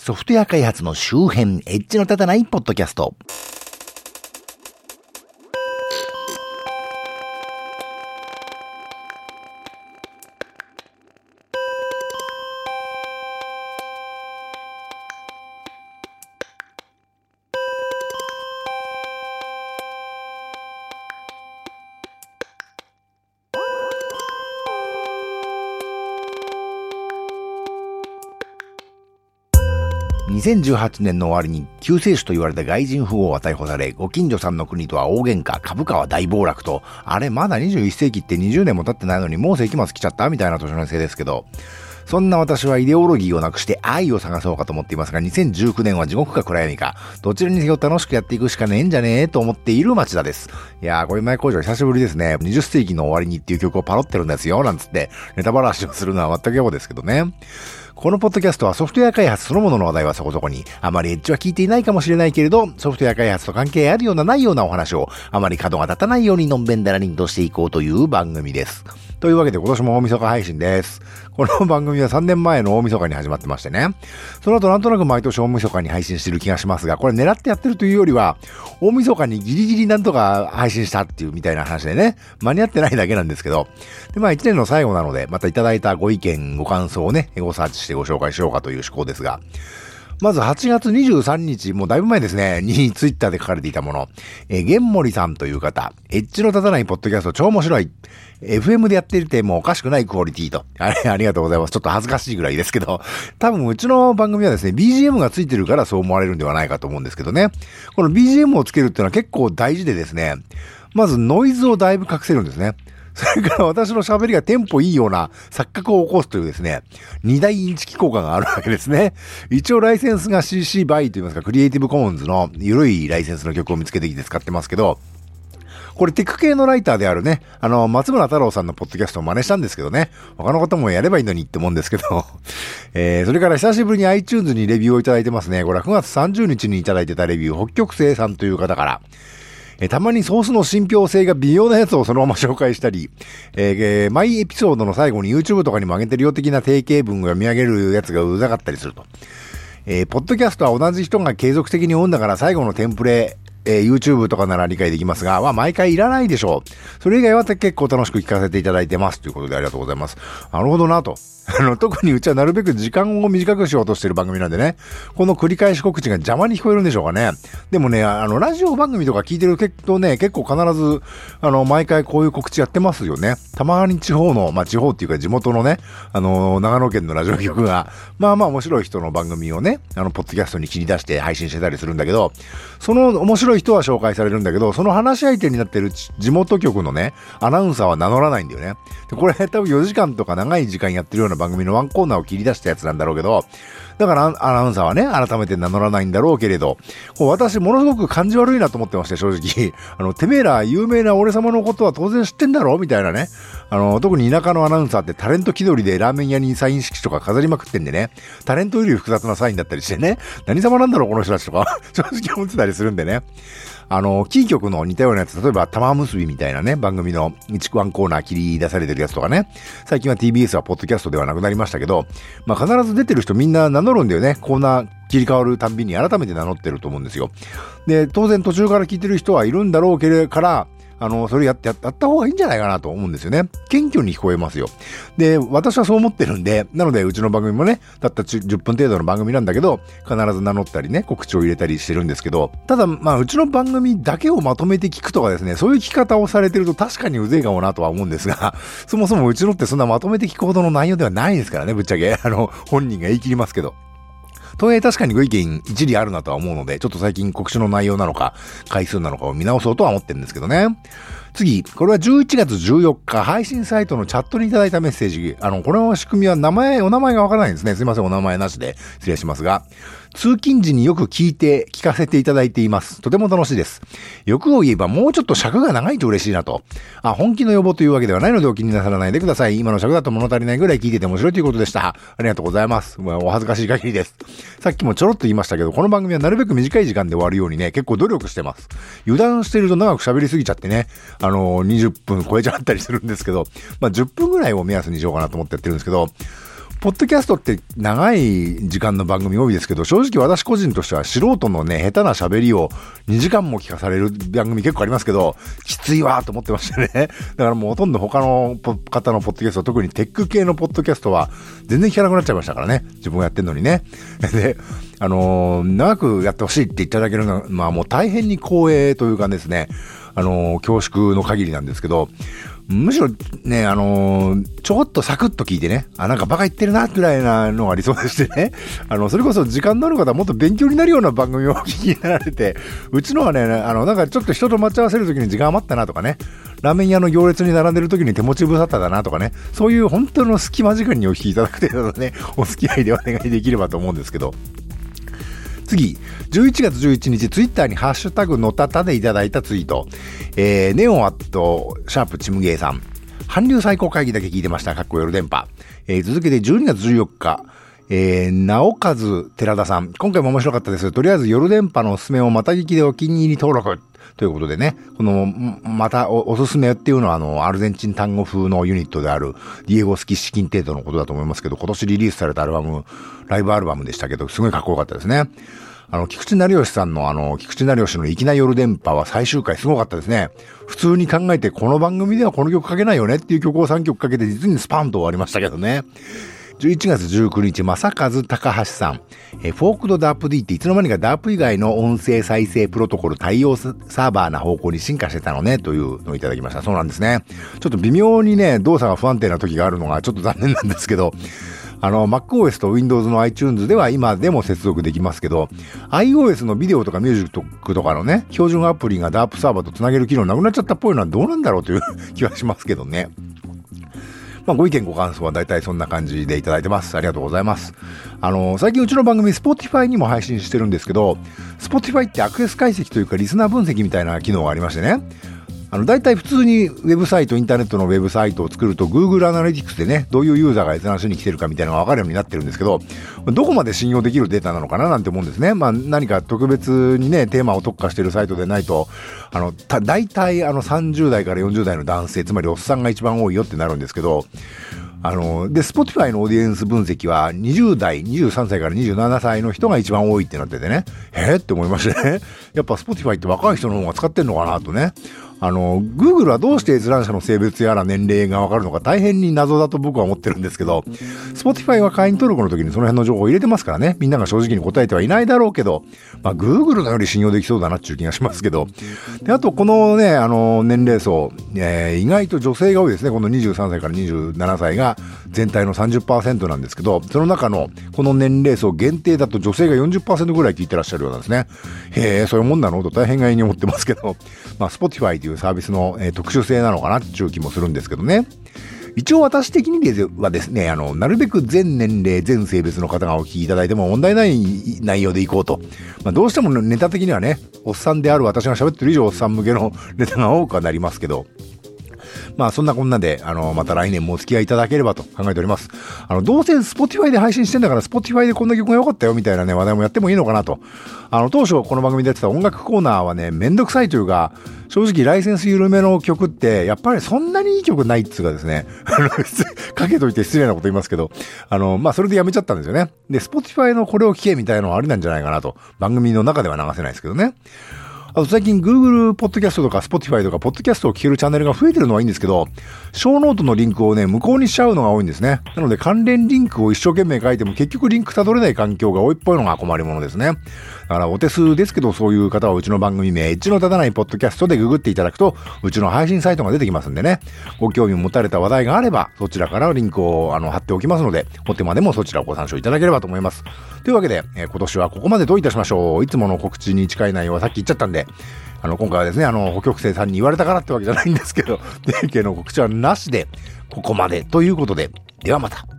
ソフトウェア開発の周辺、エッジの立たないポッドキャスト。2018年の終わりに救世主と言われた外人富豪は逮捕され、ご近所さんの国とは大喧嘩、株価は大暴落と、あれまだ21世紀って20年も経ってないのにもう世紀末来ちゃったみたいな年のせいですけど、そんな私はイデオロギーをなくして愛を探そうかと思っていますが、2019年は地獄か暗闇か、どちらにせよ楽しくやっていくしかねえんじゃねえと思っている町田です。いやー、これ前工場久しぶりですね。20世紀の終わりにっていう曲をパロってるんですよ、なんつってネタバラシをするのは全くようですけどね。このポッドキャストはソフトウェア開発そのものの話題はそこそこに、あまりエッジは聞いていないかもしれないけれど、ソフトウェア開発と関係あるようなないようなお話を、あまり角が立たないようにのんべんだらりんとしていこうという番組です。というわけで今年も大晦日配信です。この番組は3年前の大晦日に始まってましてね。その後なんとなく毎年大晦日に配信してる気がしますが、これ狙ってやってるというよりは、大晦日にギリギリなんとか配信したっていうみたいな話でね、間に合ってないだけなんですけど、で1年の最後なので、またいただいたご意見、ご感想をね、エゴサーチしてご紹介しようかという思考ですが、まず8月23日、もうだいぶ前ですね、にツイッターで書かれていたもの。玄森さんという方、エッジの立たないポッドキャスト超面白い。FM でやっていてもおかしくないクオリティと。ありがとうございます。ちょっと恥ずかしいぐらいですけど、多分うちの番組はですね、BGM がついてるからそう思われるんではないかと思うんですけどね。この BGM をつけるっていうのは結構大事でですね、まずノイズをだいぶ隠せるんですね。それから私の喋りがテンポいいような錯覚を起こすというですね、二大インチキ効果があるわけですね。一応ライセンスが CC BY といいますか、クリエイティブコモンズの緩いライセンスの曲を見つけてきて使ってますけど、これテック系のライターであるね、松村太郎さんのポッドキャストを真似したんですけどね、他の方もやればいいのにって思うんですけど、それから久しぶりに iTunes にレビューをいただいてますね。これは9月30日にいただいてたレビュー、北極星さんという方から、たまにソースの信憑性が微妙なやつをそのまま紹介したり、毎エピソードの最後に YouTube とかにも上げてるよ的な定型文を読み上げるやつがうざかったりすると。ポッドキャストは同じ人が継続的に読んだから最後のテンプレ、YouTube とかなら理解できますが、毎回いらないでしょう。それ以外は結構楽しく聞かせていただいてますということでありがとうございます。なるほどなと。特にうちはなるべく時間を短くしようとしてる番組なんでね、この繰り返し告知が邪魔に聞こえるんでしょうかね。でもね、ラジオ番組とか聞いてる結構必ず、毎回こういう告知やってますよね。たまに地方の、地方っていうか地元のね、長野県のラジオ局が、面白い人の番組をね、ポッドキャストに切り出して配信してたりするんだけど、その面白い人は紹介されるんだけど、その話し相手になってる地元局のね、アナウンサーは名乗らないんだよね。でこれ多分4時間とか長い時間やってるような番組のワンコーナーを切り出したやつなんだろうけど、だからアナウンサーはね、改めて名乗らないんだろうけれど、私ものすごく感じ悪いなと思ってまして、正直。てめえら有名な俺様のことは当然知ってんだろみたいなね。特に田舎のアナウンサーってタレント気取りでラーメン屋にサイン色とか飾りまくってんでね、タレントより複雑なサインだったりしてね、何様なんだろうこの人たちとか、正直思ってたりするんでね。キー局の似たようなやつ、例えば玉結びみたいなね、番組のワンコーナー切り出されてるやつとかね、最近は TBS はポッドキャストではなくなりましたけど、必ず出てる人みんな名乗るんだよね。コーナー切り替わるたんびに改めて名乗ってると思うんですよ。で、当然途中から聞いてる人はいるんだろうけれから、それやった方がいいんじゃないかなと思うんですよね。謙虚に聞こえますよ。で、私はそう思ってるんで、なのでうちの番組もね、たった10分程度の番組なんだけど、必ず名乗ったりね、告知を入れたりしてるんですけど、ただ、うちの番組だけをまとめて聞くとかですね、そういう聞き方をされてると確かにうぜえかもなとは思うんですが、そもそもうちのってそんなまとめて聞くほどの内容ではないですからね、ぶっちゃけ。本人が言い切りますけど。とはいえ確かにご意見一理あるなとは思うので、ちょっと最近告知の内容なのか、回数なのかを見直そうとは思ってるんですけどね。次、これは11月14日、配信サイトのチャットにいただいたメッセージ。これの仕組みはお名前がわからないんですね。すいません、お名前なしで失礼しますが。通勤時によく聞かせていただいています。とても楽しいです。欲を言えばもうちょっと尺が長いと嬉しいなと。本気の予防というわけではないのでお気になさらないでください。今の尺だと物足りないぐらい聞いてて面白いということでした。ありがとうございます。お恥ずかしい限りです。さっきもちょろっと言いましたけど、この番組はなるべく短い時間で終わるようにね、結構努力してます。油断してると長く喋りすぎちゃってね、20分超えちゃったりするんですけど、10分ぐらいを目安にしようかなと思ってやってるんですけど、 ポッドキャストって長い時間の番組多いですけど、正直私個人としては素人のね、下手な喋りを2時間も聞かされる番組結構ありますけど、きついわーと思ってましたね。だからもうほとんど他の方のポッドキャスト、特にテック系のポッドキャストは全然聞かなくなっちゃいましたからね。自分がやってんのにね。で、長くやってほしいって言っていただけるのは、まあもう大変に光栄というかですね、恐縮の限りなんですけど、むしろね、ちょこっとサクッと聞いてね、なんかバカ言ってるな、ぐらいなのがありそうでしてね、それこそ時間のある方はもっと勉強になるような番組をお聞きになられて、うちのはね、なんかちょっと人と待ち合わせるときに時間余ったなとかね、ラーメン屋の行列に並んでるときに手持ち無沙汰だなとかね、そういう本当の隙間時間にお聞きいただく程度のね、お付き合いでお願いできればと思うんですけど、次、11月11日、ツイッターにハッシュタグのたたでいただいたツイート。ネオンアット、シャープチムゲーさん。韓流最高会議だけ聞いてました。かっこ夜電波。続けて12月14日、なおかず寺田さん。今回も面白かったです。とりあえず夜電波のおすすめをまた聞きでお気に入り登録。ということでね、この、またおすすめっていうのはアルゼンチン単語風のユニットであるディエゴ・スキッシキンテートのことだと思いますけど、今年リリースされたライブアルバムでしたけど、すごいかっこよかったですね。菊池成吉さんの菊池成吉の粋な夜電波は最終回すごかったですね。普通に考えてこの番組ではこの曲かけないよねっていう曲を3曲かけて実にスパンと終わりましたけどね。11月19日、正和高橋さん。フォークドダープ D っていつの間にかダープ以外の音声再生プロトコル対応サーバーな方向に進化してたのねというのをいただきました。そうなんですね。ちょっと微妙にね、動作が不安定な時があるのがちょっと残念なんですけど、MacOS と Windows の iTunes では今でも接続できますけど、iOS のビデオとかミュージックとかのね、標準アプリがダープサーバーとつなげる機能なくなっちゃったっぽいのはどうなんだろうという気はしますけどね。まあ、ご意見ご感想は大体そんな感じでいただいてます。ありがとうございます。最近うちの番組 Spotify にも配信してるんですけど、Spotify ってアクセス解析というかリスナー分析みたいな機能がありましてね。大体普通にウェブサイト、インターネットのウェブサイトを作ると Google Analytics でね、どういうユーザーが閲覧しに来てるかみたいなのが分かるようになってるんですけど、どこまで信用できるデータなのかななんて思うんですね。まあ何か特別にね、テーマを特化してるサイトでないと、大体30代から40代の男性、つまりおっさんが一番多いよってなるんですけど、で、Spotify のオーディエンス分析は20代、23歳から27歳の人が一番多いってなっててね、って思いましたね。やっぱ Spotify って若い人の方が使ってんのかなとね。Google はどうして閲覧者の性別やら年齢がわかるのか大変に謎だと僕は思ってるんですけど、Spotify は会員登録の時にその辺の情報を入れてますからね、みんなが正直に答えてはいないだろうけど、まあ Google のより信用できそうだなっていう気がしますけど、で、あとこのね、年齢層、意外と女性が多いですね。この23歳から27歳が全体の 30% なんですけど、その中のこの年齢層限定だと女性が 40% ぐらい聞いてらっしゃるようなんですね。そういうもんなのと大変外に思ってますけど、まあ Spotifyというサービスの、特殊性なのかなっていう気もするんですけどね。一応私的にはですね、なるべく全年齢、全性別の方がお聞きいただいても問題ない内容でいこうと。まあどうしてもネタ的にはね、おっさんである私が喋ってる以上おっさん向けのネタが多くはなりますけど、まあそんなこんなで、また来年もお付き合いいただければと考えております。どうせ Spotify で配信してんだから Spotify でこんな曲が良かったよみたいなね、話題もやってもいいのかなと。当初この番組でやってた音楽コーナーはね、めんどくさいというか、正直ライセンス緩めの曲って、やっぱりそんなにいい曲ないっつうかですね、かけといて失礼なこと言いますけど、まあそれでやめちゃったんですよね。で、Spotify のこれを聴けみたいなのはありなんじゃないかなと。番組の中では流せないですけどね。あと最近 Google ポッドキャストとか Spotify とかポッドキャストを聞けるチャンネルが増えてるのはいいんですけど、ショーノートのリンクをね、無効にしちゃうのが多いんですね。なので関連リンクを一生懸命書いても結局リンクたどれない環境が多いっぽいのが困りものですね。だからお手数ですけど、そういう方はうちの番組名、エッジの立たないポッドキャストでググっていただくと、うちの配信サイトが出てきますんでね。ご興味を持たれた話題があれば、そちらからリンクを貼っておきますので、お手間でもそちらをご参照いただければと思います。というわけで、今年はここまでといたしましょう。いつもの告知に近い内容はさっき言っちゃったんで、今回はですね、補局生さんに言われたからってわけじゃないんですけど、定型の告知はなしで、ここまでということで、ではまた。